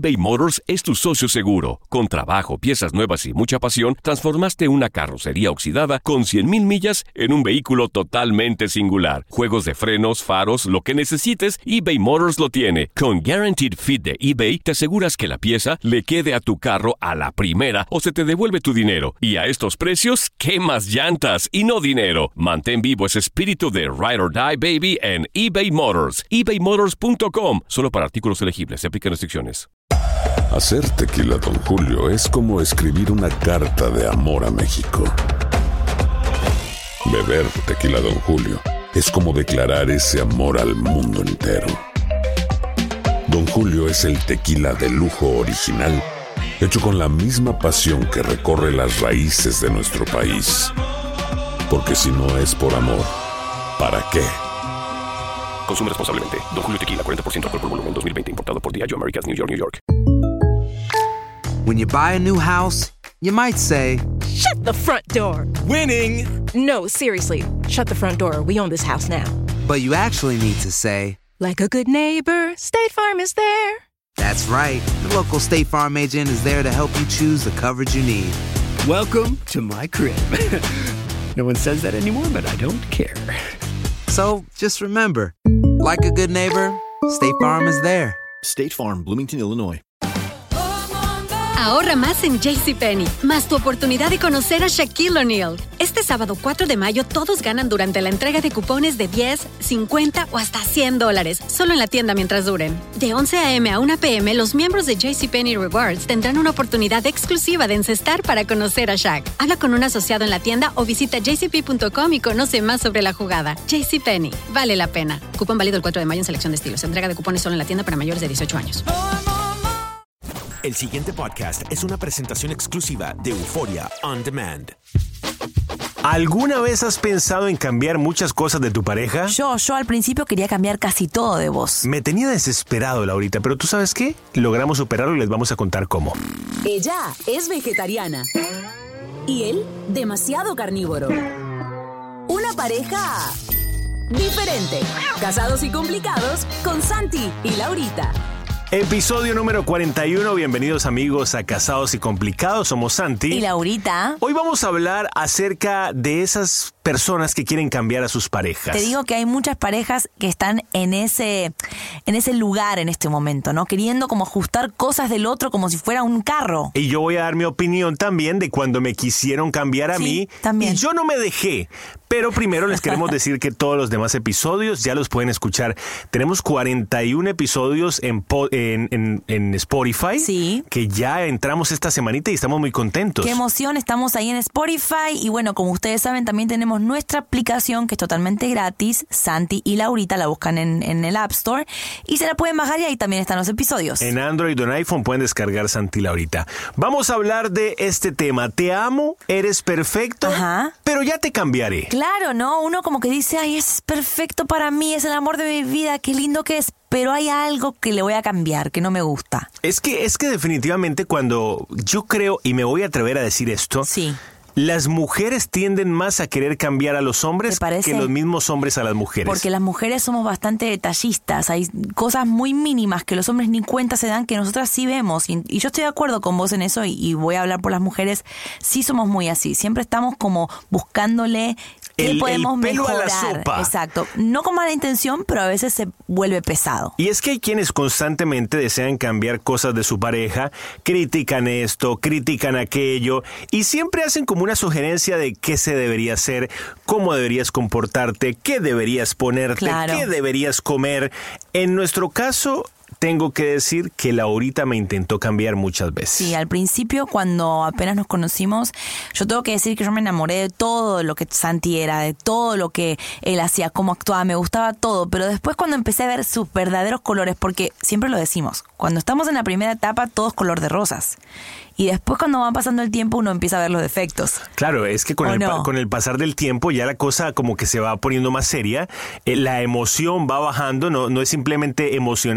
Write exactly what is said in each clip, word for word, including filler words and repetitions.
eBay Motors es tu socio seguro. Con trabajo, piezas nuevas y mucha pasión, transformaste una carrocería oxidada con cien mil millas en un vehículo totalmente singular. Juegos de frenos, faros, lo que necesites, eBay Motors lo tiene. Con Guaranteed Fit de eBay, te aseguras que la pieza le quede a tu carro a la primera o se te devuelve tu dinero. Y a estos precios, ¿qué más llantas y no dinero? Mantén vivo ese espíritu de Ride or Die, baby, en eBay Motors. ebay motors punto com. Solo para artículos elegibles. Se aplican restricciones. Hacer tequila Don Julio es como escribir una carta de amor a México. Beber tequila Don Julio es como declarar ese amor al mundo entero. Don Julio es el tequila de lujo original, hecho con la misma pasión que recorre las raíces de nuestro país. Porque si no es por amor, ¿para qué? Consume responsablemente. Don Julio Tequila, cuarenta por ciento alcohol por volumen, dos mil veinte. Importado por Diageo Americas, New York, New York. When you buy a new house, you might say, "Shut the front door." Winning! No, seriously. Shut the front door. We own this house now. But you actually need to say, like a good neighbor, State Farm is there. That's right. The local State Farm agent is there to help you choose the coverage you need. Welcome to my crib. No one says that anymore, but I don't care. So, just remember, like a good neighbor, State Farm is there. State Farm, Bloomington, Illinois. Ahorra más en JCPenney, más tu oportunidad de conocer a Shaquille O'Neal. Este sábado cuatro de mayo todos ganan durante la entrega de cupones de diez, cincuenta o hasta cien dólares, solo en la tienda mientras duren. De once a eme a una pe eme, los miembros de JCPenney Rewards tendrán una oportunidad exclusiva de encestar para conocer a Shaq. Habla con un asociado en la tienda o visita j c p punto com y conoce más sobre la jugada. JCPenney, vale la pena. Cupón válido el cuatro de mayo en selección de estilos. Entrega de cupones solo en la tienda para mayores de dieciocho años. El siguiente podcast es una presentación exclusiva de Euphoria On Demand. ¿Alguna vez has pensado en cambiar muchas cosas de tu pareja? Yo, yo al principio quería cambiar casi todo de vos. Me tenía desesperado, Laurita, pero ¿tú sabes qué? Logramos superarlo y les vamos a contar cómo. Ella es vegetariana y él demasiado carnívoro. Una pareja diferente. Casados y complicados con Santi y Laurita. Episodio número cuarenta y uno. Bienvenidos amigos a Casados y Complicados. Somos Santi y Laurita. Hoy vamos a hablar acerca de esas personas que quieren cambiar a sus parejas. Te digo que hay muchas parejas que están en ese, en ese lugar en este momento, ¿no? Queriendo como ajustar cosas del otro como si fuera un carro. Y yo voy a dar mi opinión también de cuando me quisieron cambiar a sí, mí. También. Y yo no me dejé. Pero primero les queremos decir que todos los demás episodios ya los pueden escuchar. Tenemos cuarenta y uno episodios en, en, en, en Spotify. Sí. Que ya entramos esta semanita y estamos muy contentos. Qué emoción, estamos ahí en Spotify. Y bueno, como ustedes saben, también tenemos nuestra aplicación que es totalmente gratis. Santi y Laurita la buscan en, en el App Store. Y se la pueden bajar y ahí también están los episodios. En Android o en iPhone pueden descargar Santi y Laurita. Vamos a hablar de este tema. Te amo, eres perfecto, Ajá. pero ya te cambiaré. Claro, ¿no? Uno como que dice, ay, es perfecto para mí, es el amor de mi vida, qué lindo que es, pero hay algo que le voy a cambiar, que no me gusta. Es que, es que definitivamente cuando yo creo, y me voy a atrever a decir esto, sí. Las mujeres tienden más a querer cambiar a los hombres que los mismos hombres a las mujeres. Porque las mujeres somos bastante detallistas. Hay cosas muy mínimas que los hombres ni cuenta se dan que nosotras sí vemos. Y, y yo estoy de acuerdo con vos en eso y, y voy a hablar por las mujeres. Sí somos muy así. Siempre estamos como buscándole qué el, podemos el pelo mejorar. A la sopa. Exacto. No con mala intención, pero a veces se vuelve pesado. Y es que hay quienes constantemente desean cambiar cosas de su pareja, critican esto, critican aquello y siempre hacen como una sugerencia de qué se debería hacer, cómo deberías comportarte, qué deberías ponerte, claro. qué deberías comer. En nuestro caso, tengo que decir que Laurita me intentó cambiar muchas veces. Sí, al principio cuando apenas nos conocimos, yo tengo que decir que yo me enamoré de todo lo que Santi era, de todo lo que él hacía, cómo actuaba, me gustaba todo, pero después cuando empecé a ver sus verdaderos colores, porque siempre lo decimos, cuando estamos en la primera etapa todo es color de rosas. Y después cuando va pasando el tiempo uno empieza a ver los defectos. Claro, es que con, el, no? con el pasar del tiempo ya la cosa como que se va poniendo más seria, eh, la emoción va bajando, no, no es simplemente emocional, sino que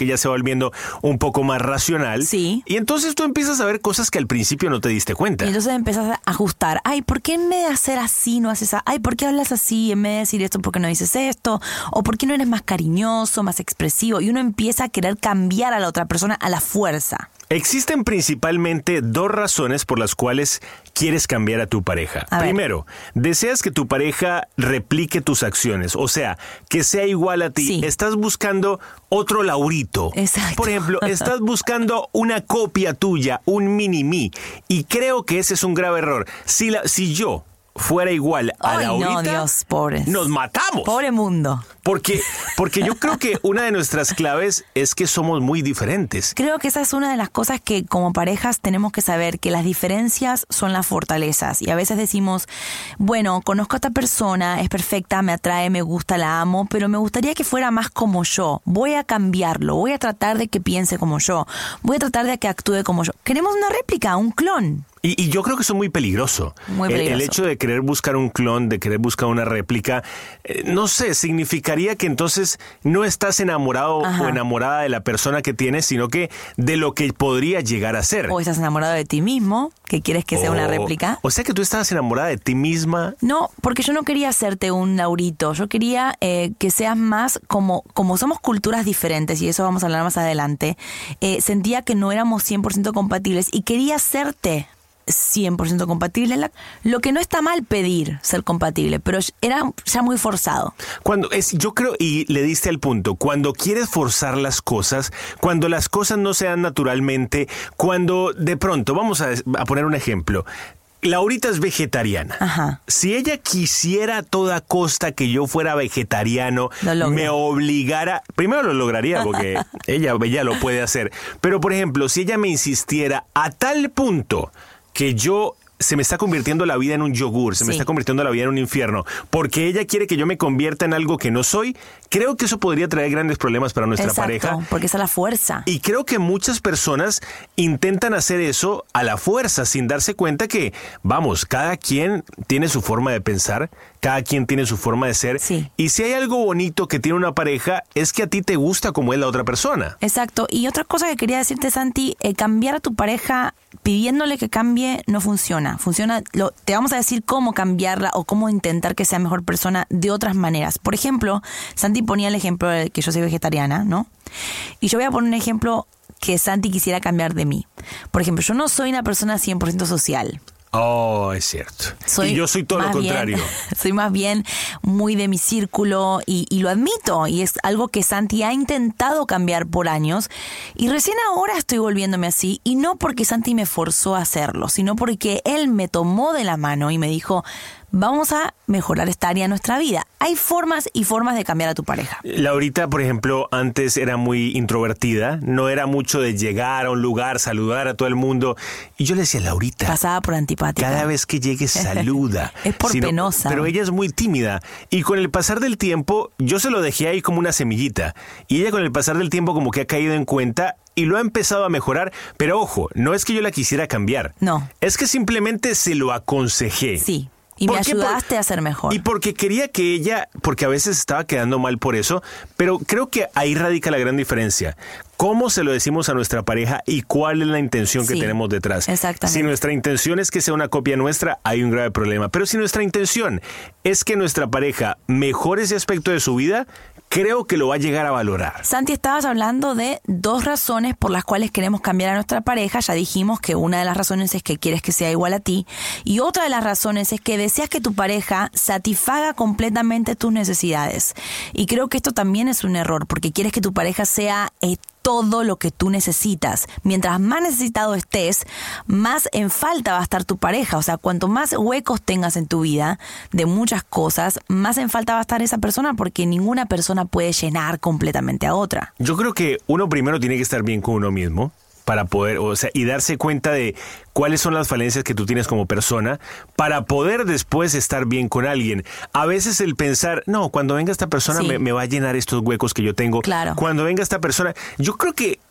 que ya se va volviendo un poco más racional. Sí. Y entonces tú empiezas a ver cosas que al principio no te diste cuenta. Y entonces empiezas a ajustar. Ay, ¿por qué en vez de hacer así no haces así? Ay, ¿por qué hablas así en vez de decir esto? ¿Por qué no dices esto? ¿O por qué no eres más cariñoso, más expresivo? Y uno empieza a querer cambiar a la otra persona a la fuerza. Existen principalmente dos razones por las cuales quieres cambiar a tu pareja. A ver. Primero, deseas que tu pareja replique tus acciones, o sea, que sea igual a ti. Sí. Estás buscando otro Laurito. Exacto. Por ejemplo, estás buscando una copia tuya, un mini-mí. Y creo que ese es un grave error. Si, la, si yo fuera igual a Ay, Laurita, no, Dios, pobres. nos matamos. Pobre mundo. Porque, porque yo creo que una de nuestras claves es que somos muy diferentes. Creo que esa es una de las cosas que como parejas tenemos que saber, que las diferencias son las fortalezas. Y a veces decimos, bueno, conozco a esta persona, es perfecta, me atrae, me gusta, la amo, pero me gustaría que fuera más como yo. Voy a cambiarlo, voy a tratar de que piense como yo, voy a tratar de que actúe como yo. Queremos una réplica, un clon. Y, y yo creo que eso es muy peligroso. Muy El, peligroso. el hecho de querer buscar un clon, de querer buscar una réplica, eh, no sé, significaría que entonces no estás enamorado Ajá. o enamorada de la persona que tienes, sino que de lo que podría llegar a ser. O estás enamorado de ti mismo, que quieres que sea una O- réplica. O sea que tú estabas enamorada de ti misma. No, porque yo no quería hacerte un Laurito, yo quería eh, que seas más como, como somos culturas diferentes, y eso vamos a hablar más adelante, eh, sentía que no éramos cien por ciento compatibles y quería hacerte cien por ciento compatible. La- Lo que no está mal pedir ser compatible, pero era ya muy forzado. Cuando es, yo creo, y le diste al punto, cuando quieres forzar las cosas, cuando las cosas no se dan naturalmente, cuando de pronto, vamos a, a poner un ejemplo, Laurita es vegetariana. Ajá. Si ella quisiera a toda costa que yo fuera vegetariano, Lo logra. me obligara, primero lo lograría porque ella, ella lo puede hacer, pero por ejemplo, si ella me insistiera a tal punto que yo se me está convirtiendo la vida en un yogur, se me Sí. está convirtiendo la vida en un infierno, porque ella quiere que yo me convierta en algo que no soy, creo que eso podría traer grandes problemas para nuestra Exacto, pareja. porque esa es la fuerza. Y creo que muchas personas intentan hacer eso a la fuerza, sin darse cuenta que, vamos, cada quien tiene su forma de pensar, cada quien tiene su forma de ser. Sí. Y si hay algo bonito que tiene una pareja, es que a ti te gusta como es la otra persona. Exacto. Y otra cosa que quería decirte, Santi, eh, cambiar a tu pareja pidiéndole que cambie no funciona. Funciona, lo, te vamos a decir cómo cambiarla o cómo intentar que sea mejor persona de otras maneras. Por ejemplo, Santi ponía el ejemplo de que yo soy vegetariana, ¿no? Y yo voy a poner un ejemplo que Santi quisiera cambiar de mí. Por ejemplo, yo no soy una persona cien por ciento social. Oh, es cierto. Soy y yo soy todo lo más bien- contrario. soy más bien muy de mi círculo y, y lo admito. Y es algo que Santi ha intentado cambiar por años. Y recién ahora estoy volviéndome así. Y no porque Santi me forzó a hacerlo, sino porque él me tomó de la mano y me dijo, vamos a mejorar esta área de nuestra vida. Hay formas y formas de cambiar a tu pareja. Laurita, por ejemplo, antes era muy introvertida, no era mucho de llegar a un lugar, saludar a todo el mundo. Y yo le decía, Laurita, Pasaba por antipática. cada vez que llegues saluda. Es por Si no- penosa. Pero ella es muy tímida. Y con el pasar del tiempo, yo se lo dejé ahí como una semillita. Y ella con el pasar del tiempo como que ha caído en cuenta y lo ha empezado a mejorar. Pero ojo, no es que yo la quisiera cambiar. No. Es que simplemente se lo aconsejé. Sí. Y me ¿Por qué? Por- ayudaste a ser mejor. Y porque quería que ella, porque a veces estaba quedando mal por eso, pero creo que ahí radica la gran diferencia. ¿Cómo se lo decimos a nuestra pareja y cuál es la intención que Sí, tenemos detrás? exactamente. Si nuestra intención es que sea una copia nuestra, hay un grave problema. Pero si nuestra intención es que nuestra pareja mejore ese aspecto de su vida, creo que lo va a llegar a valorar. Santi, estabas hablando de dos razones por las cuales queremos cambiar a nuestra pareja. Ya dijimos que una de las razones es que quieres que sea igual a ti. Y otra de las razones es que deseas que tu pareja satisfaga completamente tus necesidades. Y creo que esto también es un error, porque quieres que tu pareja sea eh, todo lo que tú necesitas. Mientras más necesitado estés, más en falta va a estar tu pareja. O sea, cuanto más huecos tengas en tu vida de muchas cosas, más en falta va a estar esa persona, porque ninguna persona puede llenar completamente a otra. Yo creo que uno primero tiene que estar bien con uno mismo para poder, o sea, y darse cuenta de cuáles son las falencias que tú tienes como persona para poder después estar bien con alguien. A veces el pensar, no, cuando venga esta persona Sí. me, me va a llenar estos huecos que yo tengo. Claro. Cuando venga esta persona, yo creo que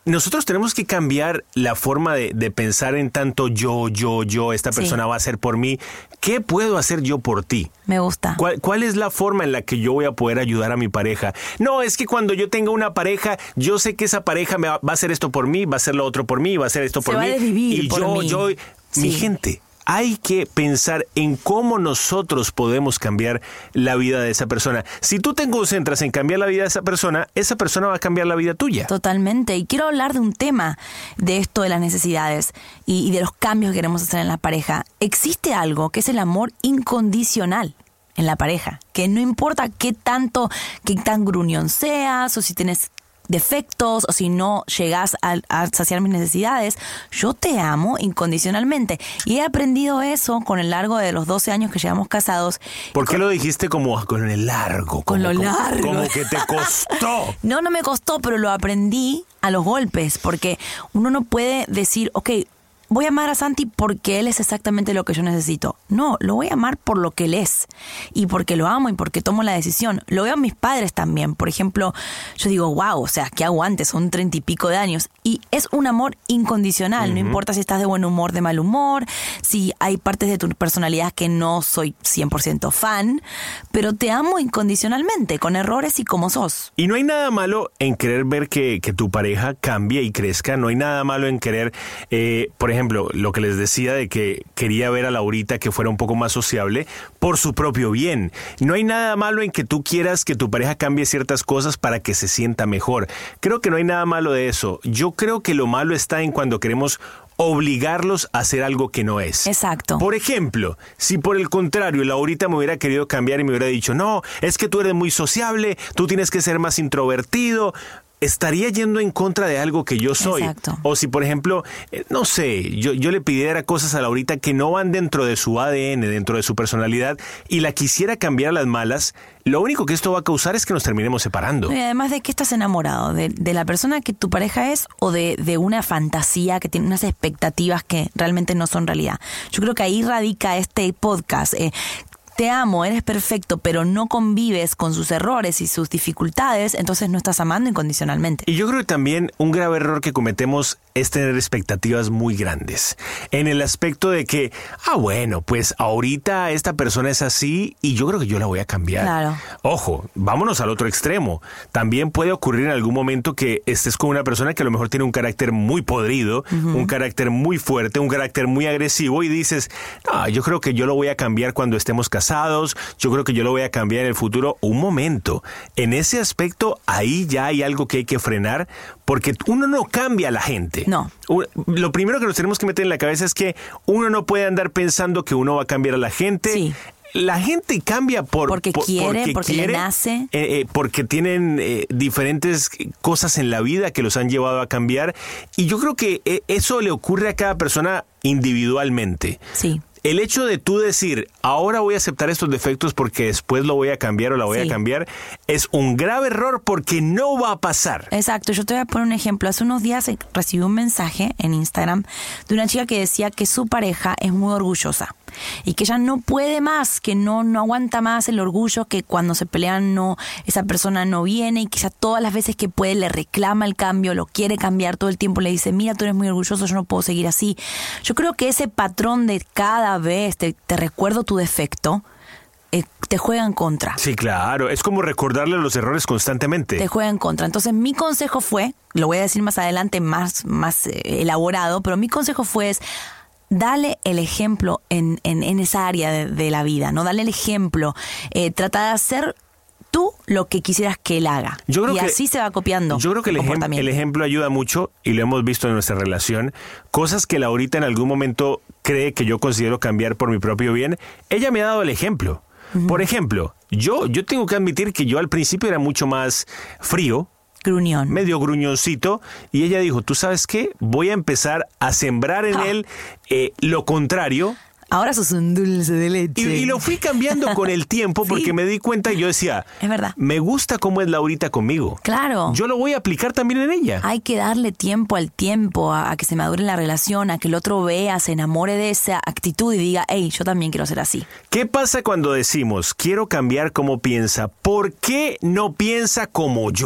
nosotros tenemos que cambiar la forma de, de pensar en tanto yo, yo, yo, esta persona sí. va a hacer por mí. ¿Qué puedo hacer yo por ti? Me gusta. ¿Cuál, ¿Cuál es la forma en la que yo voy a poder ayudar a mi pareja? No, es que cuando yo tenga una pareja, yo sé que esa pareja me va, va a hacer esto por mí, va a hacer lo otro por mí, va a hacer esto Se por va mí. A desvivir y por yo, mí. yo, sí. mi gente. Hay que pensar en cómo nosotros podemos cambiar la vida de esa persona. Si tú te concentras en cambiar la vida de esa persona, esa persona va a cambiar la vida tuya. Totalmente. Y quiero hablar de un tema de esto de las necesidades y, y de los cambios que queremos hacer en la pareja. Existe algo que es el amor incondicional en la pareja, que no importa qué tanto, qué tan gruñón seas o si tienes defectos o si no llegas a, a saciar mis necesidades, yo te amo incondicionalmente. Y he aprendido eso con el largo de los doce años que llevamos casados. ¿Por qué con, lo dijiste como con el largo? Con como, lo largo. Como, como que te costó. No, no me costó, pero lo aprendí a los golpes, porque uno no puede decir, ok, voy a amar a Santi porque él es exactamente lo que yo necesito. No, lo voy a amar por lo que él es. Y porque lo amo y porque tomo la decisión. Lo veo a mis padres también. Por ejemplo, yo digo, wow, o sea, qué aguante, son treinta y pico de años. Y es un amor incondicional. Uh-huh. No importa si estás de buen humor, de mal humor, si hay partes de tu personalidad que no soy cien por ciento fan, pero te amo incondicionalmente, con errores y como sos. Y no hay nada malo en querer ver que, que tu pareja cambie y crezca. No hay nada malo en querer, eh, por ejemplo, ejemplo, lo que les decía de que quería ver a Laurita que fuera un poco más sociable por su propio bien. No hay nada malo en que tú quieras que tu pareja cambie ciertas cosas para que se sienta mejor. Creo que no hay nada malo de eso. Yo creo que lo malo está en cuando queremos obligarlos a hacer algo que no es. Exacto. Por ejemplo, si por el contrario Laurita me hubiera querido cambiar y me hubiera dicho, no, es que tú eres muy sociable, tú tienes que ser más introvertido, estaría yendo en contra de algo que yo soy. Exacto. O si, por ejemplo, eh, no sé, yo, yo le pidiera cosas a Laurita que no van dentro de su A D N, dentro de su personalidad, y la quisiera cambiar a las malas, lo único que esto va a causar es que nos terminemos separando. Y además, ¿de qué estás enamorado? ¿De, de la persona que tu pareja es o de, de una fantasía que tiene unas expectativas que realmente no son realidad? Yo creo que ahí radica este podcast. Eh, Te amo, eres perfecto, pero no convives con sus errores y sus dificultades, entonces no estás amando incondicionalmente. Y yo creo que también un grave error que cometemos es tener expectativas muy grandes. En el aspecto de que, ah, bueno, pues ahorita esta persona es así y yo creo que yo la voy a cambiar. Claro. Ojo, vámonos al otro extremo. También puede ocurrir en algún momento que estés con una persona que a lo mejor tiene un carácter muy podrido, uh-huh. un carácter muy fuerte, un carácter muy agresivo y dices, no, yo creo que yo lo voy a cambiar cuando estemos casados, yo creo que yo lo voy a cambiar en el futuro. Un momento, en ese aspecto ahí ya hay algo que hay que frenar porque uno no cambia a la gente. No. Lo primero que nos tenemos que meter en la cabeza es que uno no puede andar pensando que uno va a cambiar a la gente. Sí. La gente cambia por, porque por, quiere, porque, porque quiere, le nace. Eh, eh, porque tienen eh, diferentes cosas en la vida que los han llevado a cambiar. Y yo creo que eh, eso le ocurre a cada persona individualmente. Sí. El hecho de tú decir, ahora voy a aceptar estos defectos porque después lo voy a cambiar o la voy sí. a cambiar, es un grave error porque no va a pasar. Exacto, yo te voy a poner un ejemplo. Hace unos días recibí un mensaje en Instagram de una chica que decía que su pareja es muy orgullosa y que ella no puede más, que no, no aguanta más el orgullo, que cuando se pelean no, esa persona no viene y que ella todas las veces que puede le reclama el cambio, lo quiere cambiar todo el tiempo, le dice, mira, tú eres muy orgulloso, yo no puedo seguir así. Yo creo que ese patrón de cada vez te, te recuerdo tu defecto, eh, te juega en contra. Sí, claro, es como recordarle los errores constantemente. Te juega en contra. Entonces mi consejo fue, lo voy a decir más adelante más, más eh, elaborado, pero mi consejo fue es, dale el ejemplo en, en, en esa área de, de la vida, ¿no? Dale el ejemplo, eh, trata de hacer tú lo que quisieras que él haga. Yo creo y que, así se va copiando. Yo creo que el, ejem- el ejemplo ayuda mucho y lo hemos visto en nuestra relación. Cosas que Laurita en algún momento cree que yo considero cambiar por mi propio bien, ella me ha dado el ejemplo. Uh-huh. Por ejemplo, yo, yo tengo que admitir que yo al principio era mucho más frío, gruñón, medio gruñoncito, y ella dijo, ¿tú sabes qué? Voy a empezar a sembrar en ah. él eh, lo contrario. Ahora sos un dulce de leche. Y, y lo fui cambiando con el tiempo porque sí. me di cuenta y yo decía, es verdad, me gusta cómo es Laurita conmigo. Claro. Yo lo voy a aplicar también en ella. Hay que darle tiempo al tiempo, a, a que se madure la relación, a que el otro vea, se enamore de esa actitud y diga, hey, yo también quiero ser así. ¿Qué pasa cuando decimos, quiero cambiar cómo piensa? ¿Por qué no piensa como yo?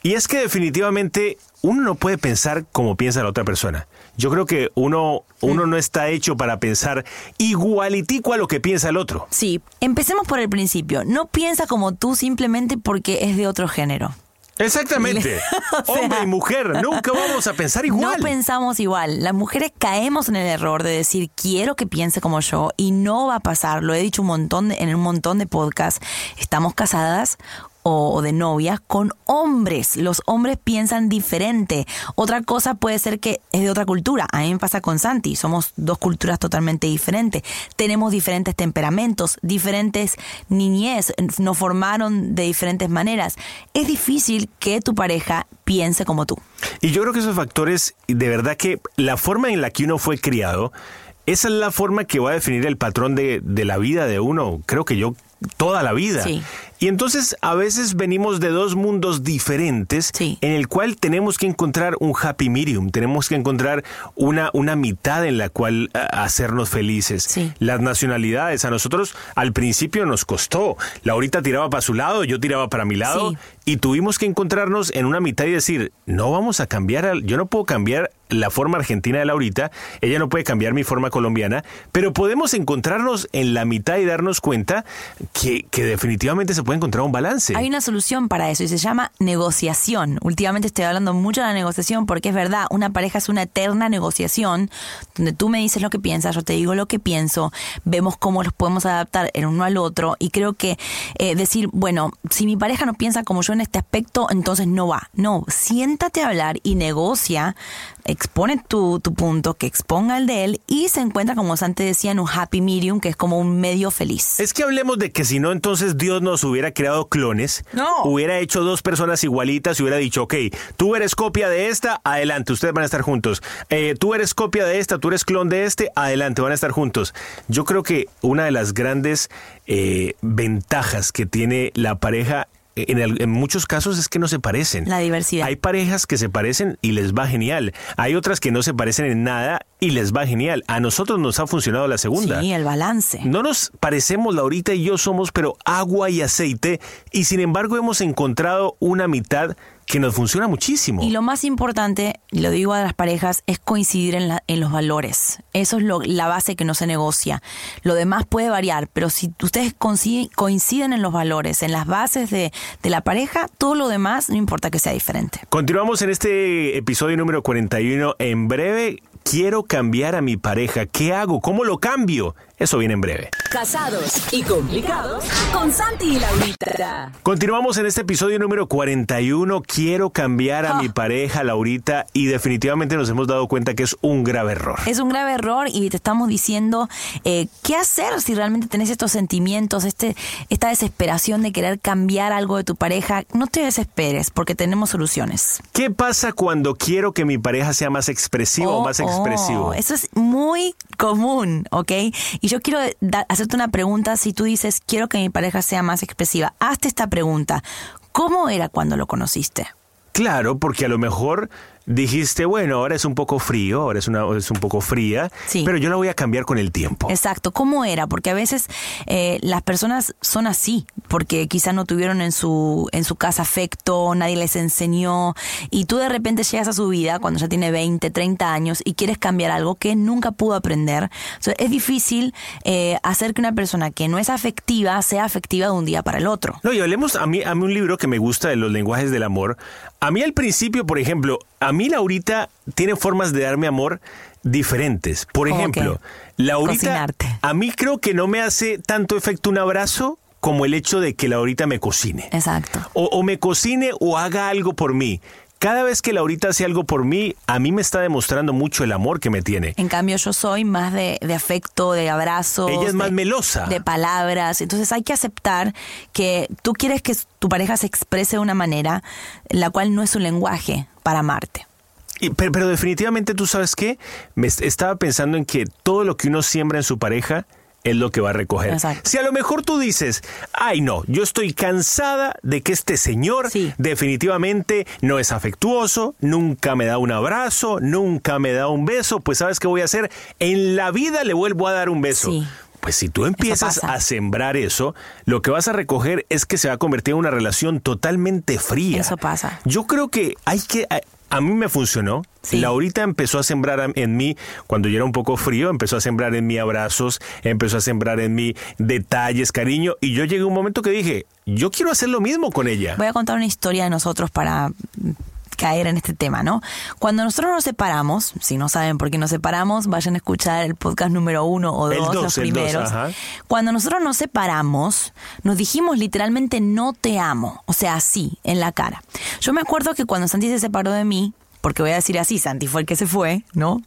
Y es que definitivamente uno no puede pensar como piensa la otra persona. Yo creo que uno, uno mm. no está hecho para pensar igualitico a lo que piensa el otro. Sí, empecemos por el principio. No piensa como tú simplemente porque es de otro género. Exactamente. O sea, hombre y mujer, nunca vamos a pensar igual. No pensamos igual. Las mujeres caemos en el error de decir quiero que piense como yo y no va a pasar. Lo he dicho un montón de, en un montón de podcasts. Estamos casadas o de novias con hombres. Los hombres piensan diferente. Otra cosa puede ser que es de otra cultura. A mí me pasa con Santi. Somos dos culturas totalmente diferentes. Tenemos diferentes temperamentos, diferentes niñez. Nos formaron de diferentes maneras. Es difícil que tu pareja piense como tú. Y yo creo que esos factores, de verdad que la forma en la que uno fue criado, esa es la forma que va a definir el patrón de, de la vida de uno. Creo que yo toda la vida. Sí. Y entonces a veces venimos de dos mundos diferentes, sí, en el cual tenemos que encontrar un happy medium, tenemos que encontrar una, una mitad en la cual uh, hacernos felices. Sí. Las nacionalidades, a nosotros al principio nos costó. Laurita tiraba para su lado, yo tiraba para mi lado, sí, y tuvimos que encontrarnos en una mitad y decir, no vamos a cambiar, yo no puedo cambiar la forma argentina de Laurita, ella no puede cambiar mi forma colombiana, pero podemos encontrarnos en la mitad y darnos cuenta que, que definitivamente se puede encontrar un balance. Hay una solución para eso y se llama negociación. Últimamente estoy hablando mucho de la negociación porque es verdad, una pareja es una eterna negociación donde tú me dices lo que piensas, yo te digo lo que pienso, vemos cómo los podemos adaptar el uno al otro y creo que eh, decir, bueno, si mi pareja no piensa como yo en este aspecto, entonces no va. No, siéntate a hablar y negocia, expone tu, tu punto, que exponga el de él y se encuentra, como Santi decía, en un happy medium, que es como un medio feliz. Es que hablemos de que si no, entonces Dios nos hubiera creado clones, no, hubiera hecho dos personas igualitas y hubiera dicho, ok, tú eres copia de esta, adelante, ustedes van a estar juntos. Eh, tú eres copia de esta, tú eres clon de este, adelante, van a estar juntos. Yo creo que una de las grandes eh, ventajas que tiene la pareja En, el, en muchos casos es que no se parecen. La diversidad. Hay parejas que se parecen y les va genial. Hay otras que no se parecen en nada y les va genial. A nosotros nos ha funcionado la segunda. Sí, el balance. No nos parecemos, Laurita y yo somos, pero agua y aceite. Y sin embargo hemos encontrado una mitad que nos funciona muchísimo. Y lo más importante, lo digo a las parejas, es coincidir en, la, en los valores. Eso es lo, la base que no se negocia. Lo demás puede variar, pero si ustedes coinciden, coinciden en los valores, en las bases de, de la pareja, todo lo demás no importa que sea diferente. Continuamos en este episodio número cuarenta y uno. En breve, quiero cambiar a mi pareja. ¿Qué hago? ¿Cómo lo cambio? Eso viene en breve. Casados y complicados con Santi y Laurita. Continuamos en este episodio número cuarenta y uno. Quiero cambiar a oh. mi pareja, Laurita, y definitivamente nos hemos dado cuenta que es un grave error. Es un grave error y te estamos diciendo eh, qué hacer si realmente tenés estos sentimientos, este, esta desesperación de querer cambiar algo de tu pareja. No te desesperes porque tenemos soluciones. ¿Qué pasa cuando quiero que mi pareja sea más expresiva oh, o más expresivo? Oh, eso es muy común, ¿ok? Y yo quiero da- hacerte una pregunta. Si tú dices, quiero que mi pareja sea más expresiva, hazte esta pregunta. ¿Cómo era cuando lo conociste? Claro, porque a lo mejor dijiste, bueno, ahora es un poco frío, ahora es, una, es un poco fría, sí, pero yo la voy a cambiar con el tiempo. Exacto. ¿Cómo era? Porque a veces eh, las personas son así, porque quizás no tuvieron en su, en su casa afecto, nadie les enseñó, y tú de repente llegas a su vida cuando ya tiene veinte, treinta años y quieres cambiar algo que nunca pudo aprender. O sea, es difícil eh, hacer que una persona que no es afectiva sea afectiva de un día para el otro. No, y hablemos, a mí, a mí un libro que me gusta de los lenguajes del amor. A mí al principio, por ejemplo, a mí Laurita tiene formas de darme amor diferentes. Por ejemplo, okay, Laurita, cocinarte. A mí creo que no me hace tanto efecto un abrazo como el hecho de que Laurita me cocine. Exacto. O, o me cocine o haga algo por mí. Cada vez que Laurita hace algo por mí, a mí me está demostrando mucho el amor que me tiene. En cambio, yo soy más de, de afecto, de abrazos. Ella es más de, melosa. De palabras. Entonces hay que aceptar que tú quieres que tu pareja se exprese de una manera la cual no es un lenguaje para amarte. Y, pero, pero definitivamente, ¿tú sabes qué? Me estaba pensando en que todo lo que uno siembra en su pareja es lo que va a recoger. Exacto. Si a lo mejor tú dices, ay no, yo estoy cansada de que este señor sí, definitivamente no es afectuoso, nunca me da un abrazo, nunca me da un beso, pues ¿sabes qué voy a hacer? En la vida le vuelvo a dar un beso. Sí. pues si tú empiezas Eso a sembrar eso, lo que vas a recoger es que se va a convertir en una relación totalmente fría. Eso pasa. Yo creo que hay que... A, a mí me funcionó. Sí. Laurita empezó a sembrar en mí, cuando yo era un poco frío, empezó a sembrar en mí abrazos, empezó a sembrar en mí detalles, cariño, y yo llegué a un momento que dije, yo quiero hacer lo mismo con ella. Voy a contar una historia de nosotros para caer en este tema, ¿no? Cuando nosotros nos separamos, si no saben por qué nos separamos, vayan a escuchar el podcast número uno o dos, el dos los primeros. El dos, ajá. Cuando nosotros nos separamos, nos dijimos literalmente no te amo, o sea, así, en la cara. Yo me acuerdo que cuando Santi se separó de mí, porque voy a decir así, Santi fue el que se fue, ¿no?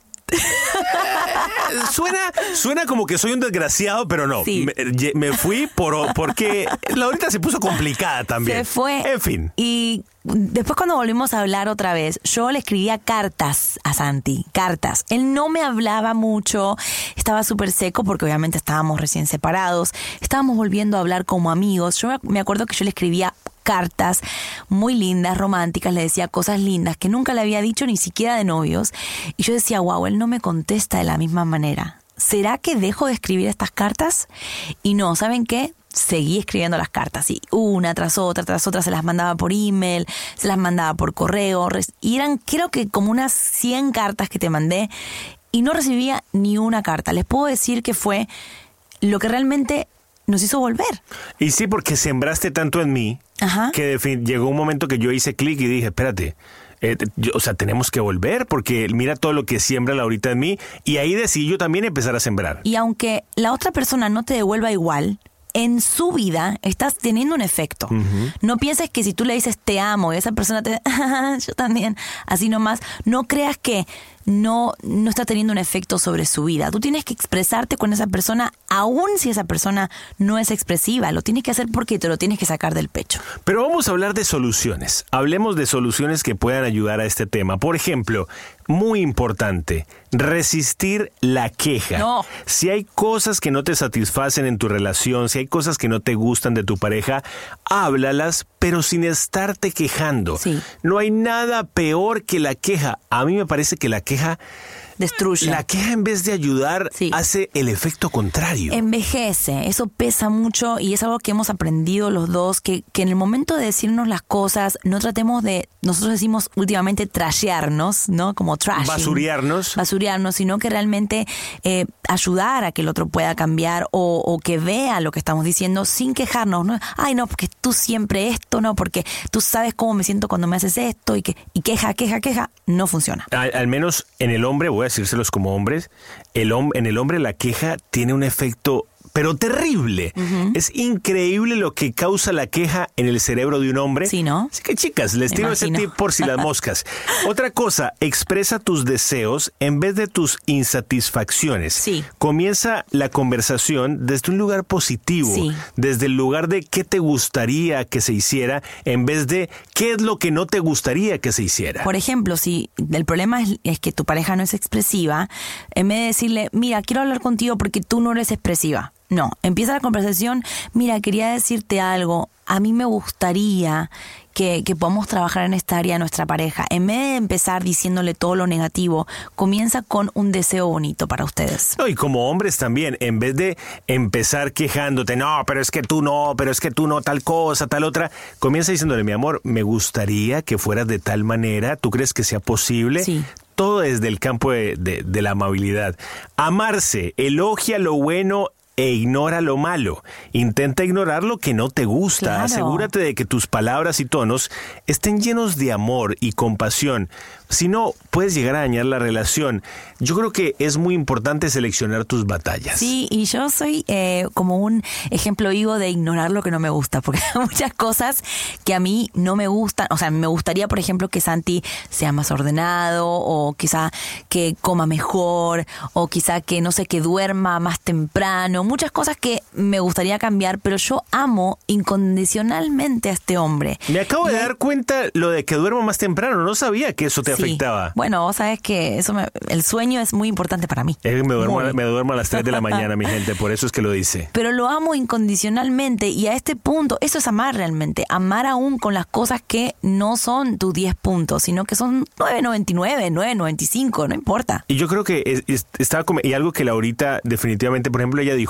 Suena, suena como que soy un desgraciado, pero no. Sí. Me, me fui por, porque Laurita se puso complicada también. Se fue. En fin. Y después cuando volvimos a hablar otra vez, yo le escribía cartas a Santi, cartas. Él no me hablaba mucho, estaba súper seco porque obviamente estábamos recién separados, estábamos volviendo a hablar como amigos. Yo me acuerdo que yo le escribía cartas muy lindas, románticas, le decía cosas lindas que nunca le había dicho ni siquiera de novios. Y yo decía, wow, él no me contesta de la misma manera. ¿Será que dejo de escribir estas cartas? Y no, ¿saben qué? Seguí escribiendo las cartas y una tras otra, tras otra, se las mandaba por email, se las mandaba por correo. Y eran creo que como unas cien cartas que te mandé y no recibía ni una carta. Les puedo decir que fue lo que realmente nos hizo volver. Y sí, porque sembraste tanto en mí, ajá, que de fin, llegó un momento que yo hice clic y dije, espérate, eh, yo, o sea, tenemos que volver porque mira todo lo que siembra Laurita en mí, y ahí decidí yo también empezar a sembrar. Y aunque la otra persona no te devuelva igual, en su vida estás teniendo un efecto. Uh-huh. No pienses que si tú le dices te amo y esa persona te yo también, así nomás, no creas que no, no está teniendo un efecto sobre su vida. Tú tienes que expresarte con esa persona, aun si esa persona no es expresiva. Lo tienes que hacer porque te lo tienes que sacar del pecho. Pero vamos a hablar de soluciones. Hablemos de soluciones que puedan ayudar a este tema. Por ejemplo, muy importante, resistir la queja. No. Si hay cosas que no te satisfacen en tu relación, si hay cosas que no te gustan de tu pareja, háblalas, pero sin estarte quejando. Sí. No hay nada peor que la queja. A mí me parece que la queja destruye. La queja, en vez de ayudar, sí, hace el efecto contrario. Envejece, eso pesa mucho y es algo que hemos aprendido los dos, que, que en el momento de decirnos las cosas, no tratemos de, nosotros decimos últimamente trashearnos, ¿no? Como trashing. Basuriarnos. Basuriarnos, sino que realmente eh, ayudar a que el otro pueda cambiar o, o que vea lo que estamos diciendo sin quejarnos, ¿no? Ay, no, porque tú siempre esto, no, porque tú sabes cómo me siento cuando me haces esto y, que, y queja, queja, queja, no funciona. Al, al menos en el hombre, voy a decírselos como hombres, el hom- en el hombre la queja tiene un efecto pero terrible. Uh-huh. Es increíble lo que causa la queja en el cerebro de un hombre. Sí, ¿no? Así que, chicas, les tiro ese tip por si las moscas. Otra cosa, expresa tus deseos en vez de tus insatisfacciones. Sí. Comienza la conversación desde un lugar positivo, sí, desde el lugar de qué te gustaría que se hiciera, en vez de qué es lo que no te gustaría que se hiciera. Por ejemplo, si el problema es, es que tu pareja no es expresiva, en vez de decirle, mira, quiero hablar contigo porque tú no eres expresiva. No, empieza la conversación, mira, quería decirte algo, a mí me gustaría que, que podamos trabajar en esta área de nuestra pareja. En vez de empezar diciéndole todo lo negativo, comienza con un deseo bonito para ustedes. No, y como hombres también, en vez de empezar quejándote, no, pero es que tú no, pero es que tú no, tal cosa, tal otra, comienza diciéndole, mi amor, me gustaría que fueras de tal manera, ¿tú crees que sea posible? Sí. Todo desde el campo de, de, de la amabilidad. Amarse, elogia lo bueno e ignora lo malo. Intenta ignorar lo que no te gusta. Claro. Asegúrate de que tus palabras y tonos estén llenos de amor y compasión. Si no, puedes llegar a dañar la relación. Yo creo que es muy importante seleccionar tus batallas. Sí, y yo soy eh, como un ejemplo vivo de ignorar lo que no me gusta, porque hay muchas cosas que a mí no me gustan. O sea, me gustaría, por ejemplo, que Santi sea más ordenado, o quizá que coma mejor, o quizá que, no sé, que duerma más temprano. Muchas cosas que me gustaría cambiar, pero yo amo incondicionalmente a este hombre. Me acabo y de hay... dar cuenta lo de que duermo más temprano. No sabía que eso te sí. afectaba. Bueno, vos sabés que eso me... el sueño es muy importante para mí. Eh, me, duermo, me duermo a las tres de la mañana, mi gente, por eso es que lo dice. Pero lo amo incondicionalmente y a este punto, eso es amar realmente. Amar aún con las cosas que no son tus diez puntos, sino que son nueve noventa y nueve, nueve noventa y cinco, no importa. Y yo creo que es, es, estaba como, y algo que Laurita definitivamente, por ejemplo, ella dijo,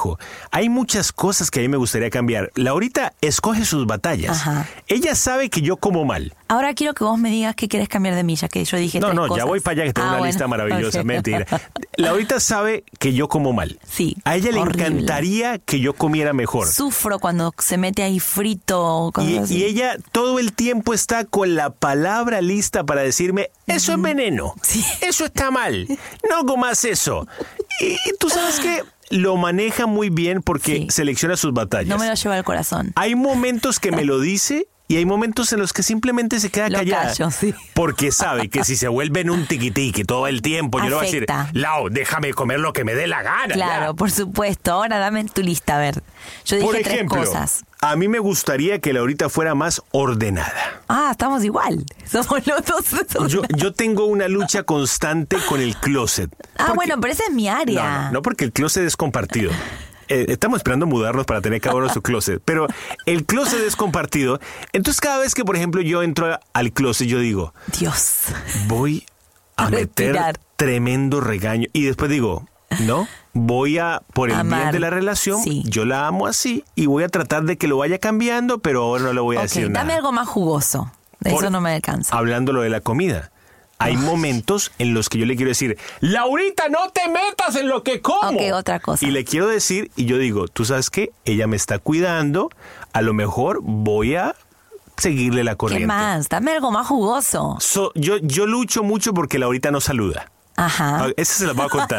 trabajo. Hay muchas cosas que a mí me gustaría cambiar. Laurita escoge sus batallas. Ajá. Ella sabe que yo como mal. Ahora quiero que vos me digas qué quieres cambiar de mí, ya que yo dije No, tres no, cosas. ya voy para allá, que tengo ah, una bueno. lista maravillosa. Okay. Mentira. Laurita sabe que yo como mal. Sí. A ella horrible. le encantaría que yo comiera mejor. Sufro cuando se mete ahí frito. Y, así. y ella todo el tiempo está con la palabra lista para decirme, eso es veneno, sí. eso está mal, no comas eso. Y, y tú sabes que lo maneja muy bien porque Sí. selecciona sus batallas. No me lo lleva al corazón. Hay momentos que me lo dice y hay momentos en los que simplemente se queda Lo callada. callo, sí. Porque sabe que si se vuelve en un tiquitiqui todo el tiempo, yo le voy a decir, Afecta. Lau, déjame comer lo que me dé la gana. Claro, ya". por supuesto. Ahora dame tu lista, a ver. Yo dije Por tres ejemplo, cosas. a mí me gustaría que Laurita fuera más ordenada. Ah, estamos igual. Somos los dos. Yo, yo tengo una lucha constante con el closet. Ah, Porque- bueno, pero esa es mi área. No, no, no, porque el closet es compartido. Eh, estamos esperando mudarnos para tener cada uno su closet, pero el closet es compartido. Entonces cada vez que, por ejemplo, yo entro al closet, yo digo, Dios. voy a, A meter respirar. tremendo regaño. Y después digo, no, voy a, por el Amar. bien de la relación, Sí. yo la amo así y voy a tratar de que lo vaya cambiando, pero ahora no le voy a Ok, decir dame nada. algo más jugoso. Eso Por- no me alcanza. Hablando lo de la comida. Hay momentos en los que yo le quiero decir, Laurita, no te metas en lo que como. Ok, otra cosa. Y le quiero decir, y yo digo, ¿tú sabes qué? Ella me está cuidando, a lo mejor voy a seguirle la corriente. ¿Qué más? Dame algo más jugoso. So, yo, yo lucho mucho porque Laurita no saluda. Ajá. Esa se la voy a contar.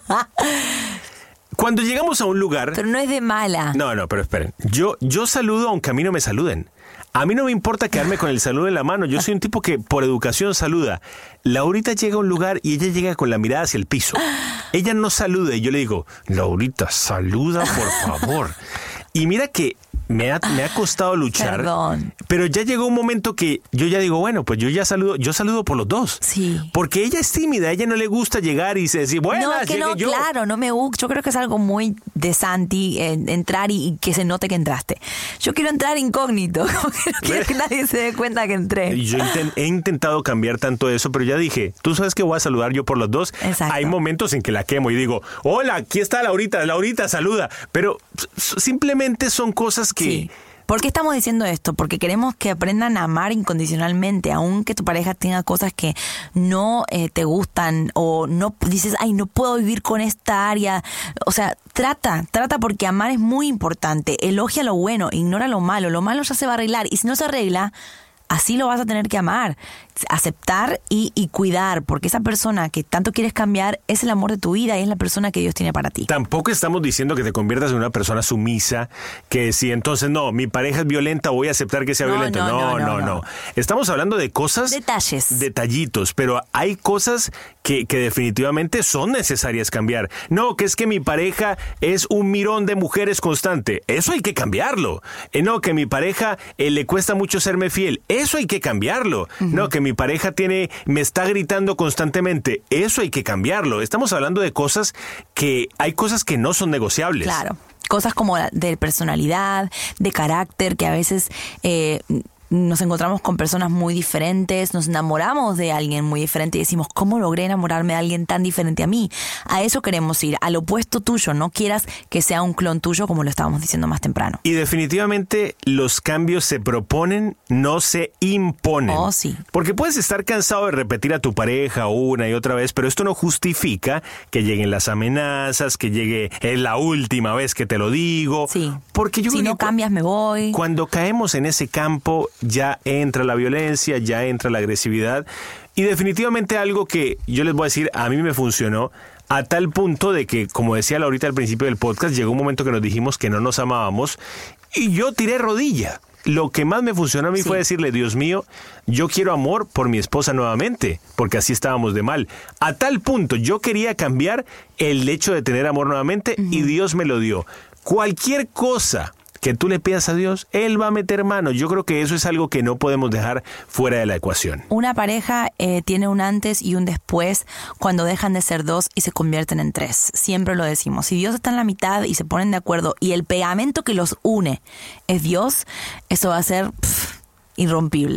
Cuando llegamos a un lugar... Pero no es de mala. No, no, pero esperen. Yo, yo saludo aunque a mí no me saluden. A mí no me importa quedarme con el saludo en la mano. Yo soy un tipo que por educación saluda. Laurita llega a un lugar y ella llega con la mirada hacia el piso. Ella no saluda y yo le digo, Laurita, saluda por favor. Y mira que me ha, me ha costado luchar. Perdón. Pero ya llegó un momento que yo ya digo, bueno, pues yo ya saludo, yo saludo por los dos. Sí. Porque ella es tímida, a ella no le gusta llegar y decir, bueno, No, que no, yo. claro, no me gusta. Yo creo que es algo muy de Santi eh, entrar y, y que se note que entraste. Yo quiero entrar incógnito, como que no quiero que nadie se dé cuenta que entré. Yo inten- he intentado cambiar tanto eso, pero ya dije, tú sabes que voy a saludar yo por los dos. Exacto. Hay momentos en que la quemo y digo, hola, aquí está Laurita, Laurita, saluda. Pero s- simplemente son cosas que... Sí. ¿Por qué estamos diciendo esto? Porque queremos que aprendan a amar incondicionalmente, aunque tu pareja tenga cosas que no eh, te gustan o no dices, ay, no puedo vivir con esta área. O sea, trata, trata porque amar es muy importante. Elogia lo bueno, ignora lo malo. Lo malo ya se va a arreglar y si no se arregla, así lo vas a tener que amar, aceptar y, y cuidar, porque esa persona que tanto quieres cambiar es el amor de tu vida y es la persona que Dios tiene para ti. Tampoco estamos diciendo que te conviertas en una persona sumisa, que si entonces no, mi pareja es violenta, voy a aceptar que sea No, violenta. no, No, no, no, no, no. no. Estamos hablando de cosas... Detalles. Detallitos, pero hay cosas que, que definitivamente son necesarias cambiar. No, que es que mi pareja es un mirón de mujeres constante. Eso hay que cambiarlo. Eh, no, que mi pareja eh, le cuesta mucho serme fiel. Eso hay que cambiarlo. Uh-huh. No, que mi pareja tiene, me está gritando constantemente. Eso hay que cambiarlo. Estamos hablando de cosas que, hay cosas que no son negociables. Claro. Cosas como de personalidad, de carácter, que a veces eh, nos encontramos con personas muy diferentes, nos enamoramos de alguien muy diferente y decimos, ¿cómo logré enamorarme de alguien tan diferente a mí? A eso queremos ir, al opuesto tuyo. No quieras que sea un clon tuyo, como lo estábamos diciendo más temprano. Y definitivamente los cambios se proponen, no se imponen. Oh, sí. Porque puedes estar cansado de repetir a tu pareja una y otra vez, pero esto no justifica que lleguen las amenazas, que llegue es la última vez que te lo digo. Sí. Porque yo si creo no que cambias, me voy. Cuando caemos en ese campo, ya entra la violencia, ya entra la agresividad. Y definitivamente algo que yo les voy a decir, a mí me funcionó a tal punto de que, como decía Laurita al principio del podcast, llegó un momento que nos dijimos que no nos amábamos y yo tiré rodilla. Lo que más me funcionó a mí sí. fue decirle, Dios mío, yo quiero amor por mi esposa nuevamente, porque así estábamos de mal. A tal punto, yo quería cambiar el hecho de tener amor nuevamente uh-huh. y Dios me lo dio. Cualquier cosa que tú le pidas a Dios, Él va a meter mano. Yo creo que eso es algo que no podemos dejar fuera de la ecuación. Una pareja eh, tiene un antes y un después cuando dejan de ser dos y se convierten en tres. Siempre lo decimos. Si Dios está en la mitad y se ponen de acuerdo y el pegamento que los une es Dios, eso va a ser pff, irrompible.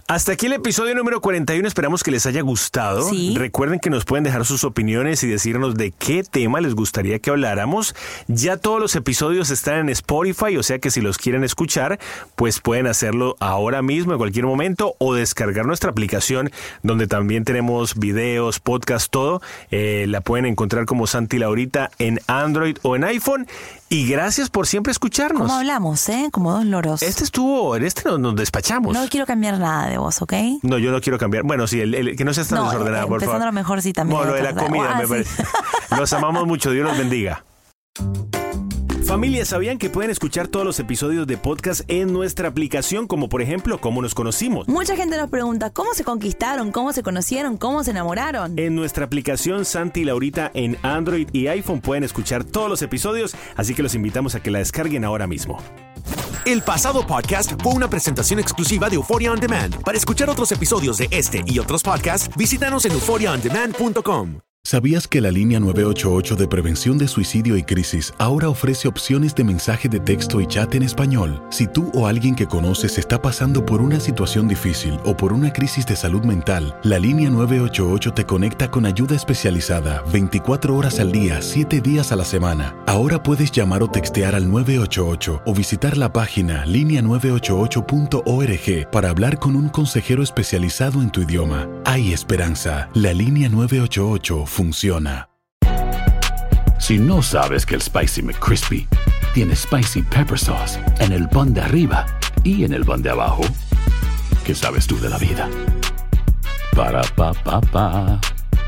Hasta aquí el episodio número cuarenta y uno. Esperamos que les haya gustado. Sí. Recuerden que nos pueden dejar sus opiniones y decirnos de qué tema les gustaría que habláramos. Ya todos los episodios están en Spotify, o sea que si los quieren escuchar, pues pueden hacerlo ahora mismo, en cualquier momento, o descargar nuestra aplicación, donde también tenemos videos, podcast, todo. Eh, la pueden encontrar como Santi y Laurita en Android o en iPhone. Y gracias por siempre escucharnos. ¿Cómo hablamos, eh? Como dos loros. Este estuvo, en este nos, nos despachamos. No quiero cambiar nada de vos, ¿ok? No, yo no quiero cambiar. Bueno, sí, el, el, que no seas tan no, desordenada, por favor. Empezando a lo mejor sí también. No, lo de la comida, ah, me sí. parece. Los amamos mucho, Dios los bendiga. Familia, ¿sabían que pueden escuchar todos los episodios de podcast en nuestra aplicación? Como por ejemplo, ¿cómo nos conocimos? Mucha gente nos pregunta, ¿cómo se conquistaron? ¿Cómo se conocieron? ¿Cómo se enamoraron? En nuestra aplicación Santi y Laurita en Android y iPhone pueden escuchar todos los episodios, así que los invitamos a que la descarguen ahora mismo. El pasado podcast fue una presentación exclusiva de Euphoria On Demand. Para escuchar otros episodios de este y otros podcasts, visítanos en euphoria on demand punto com. ¿Sabías que la línea nueve ocho ocho de prevención de suicidio y crisis ahora ofrece opciones de mensaje de texto y chat en español? Si tú o alguien que conoces está pasando por una situación difícil o por una crisis de salud mental, la línea nueve ocho ocho te conecta con ayuda especializada veinticuatro horas al día, siete días a la semana. Ahora puedes llamar o textear al nueve ocho ocho o visitar la página línea nueve ocho ocho punto org para hablar con un consejero especializado en tu idioma. Hay esperanza. La línea nueve ocho ocho funciona. Si no sabes que el Spicy McCrispy tiene Spicy Pepper Sauce en el pan de arriba y en el pan de abajo, ¿qué sabes tú de la vida? Para, pa, pa, pa.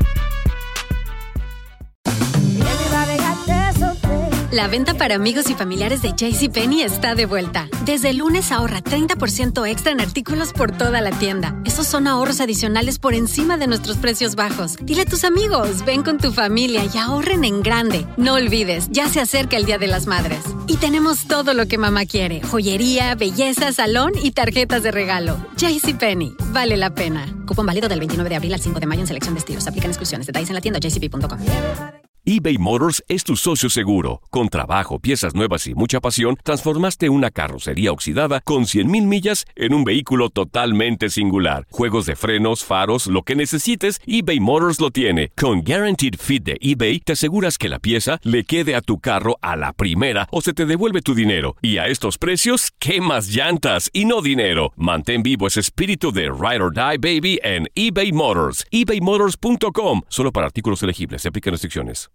La venta para amigos y familiares de JCPenney está de vuelta. Desde el lunes ahorra treinta por ciento extra en artículos por toda la tienda. Esos son ahorros adicionales por encima de nuestros precios bajos. Dile a tus amigos, ven con tu familia y ahorren en grande. No olvides, ya se acerca el Día de las Madres. Y tenemos todo lo que mamá quiere. Joyería, belleza, salón y tarjetas de regalo. JCPenney, vale la pena. Cupón válido del veintinueve de abril al cinco de mayo en selección de estilos. Aplican exclusiones. Detalles en la tienda j c p punto com. eBay Motors es tu socio seguro. Con trabajo, piezas nuevas y mucha pasión, transformaste una carrocería oxidada con cien mil millas en un vehículo totalmente singular. Juegos de frenos, faros, lo que necesites, eBay Motors lo tiene. Con Guaranteed Fit de eBay, te aseguras que la pieza le quede a tu carro a la primera o se te devuelve tu dinero. Y a estos precios, ¿qué más llantas y no dinero? Mantén vivo ese espíritu de Ride or Die, baby, en eBay Motors. ebay motors punto com. Solo para artículos elegibles. Se aplican restricciones.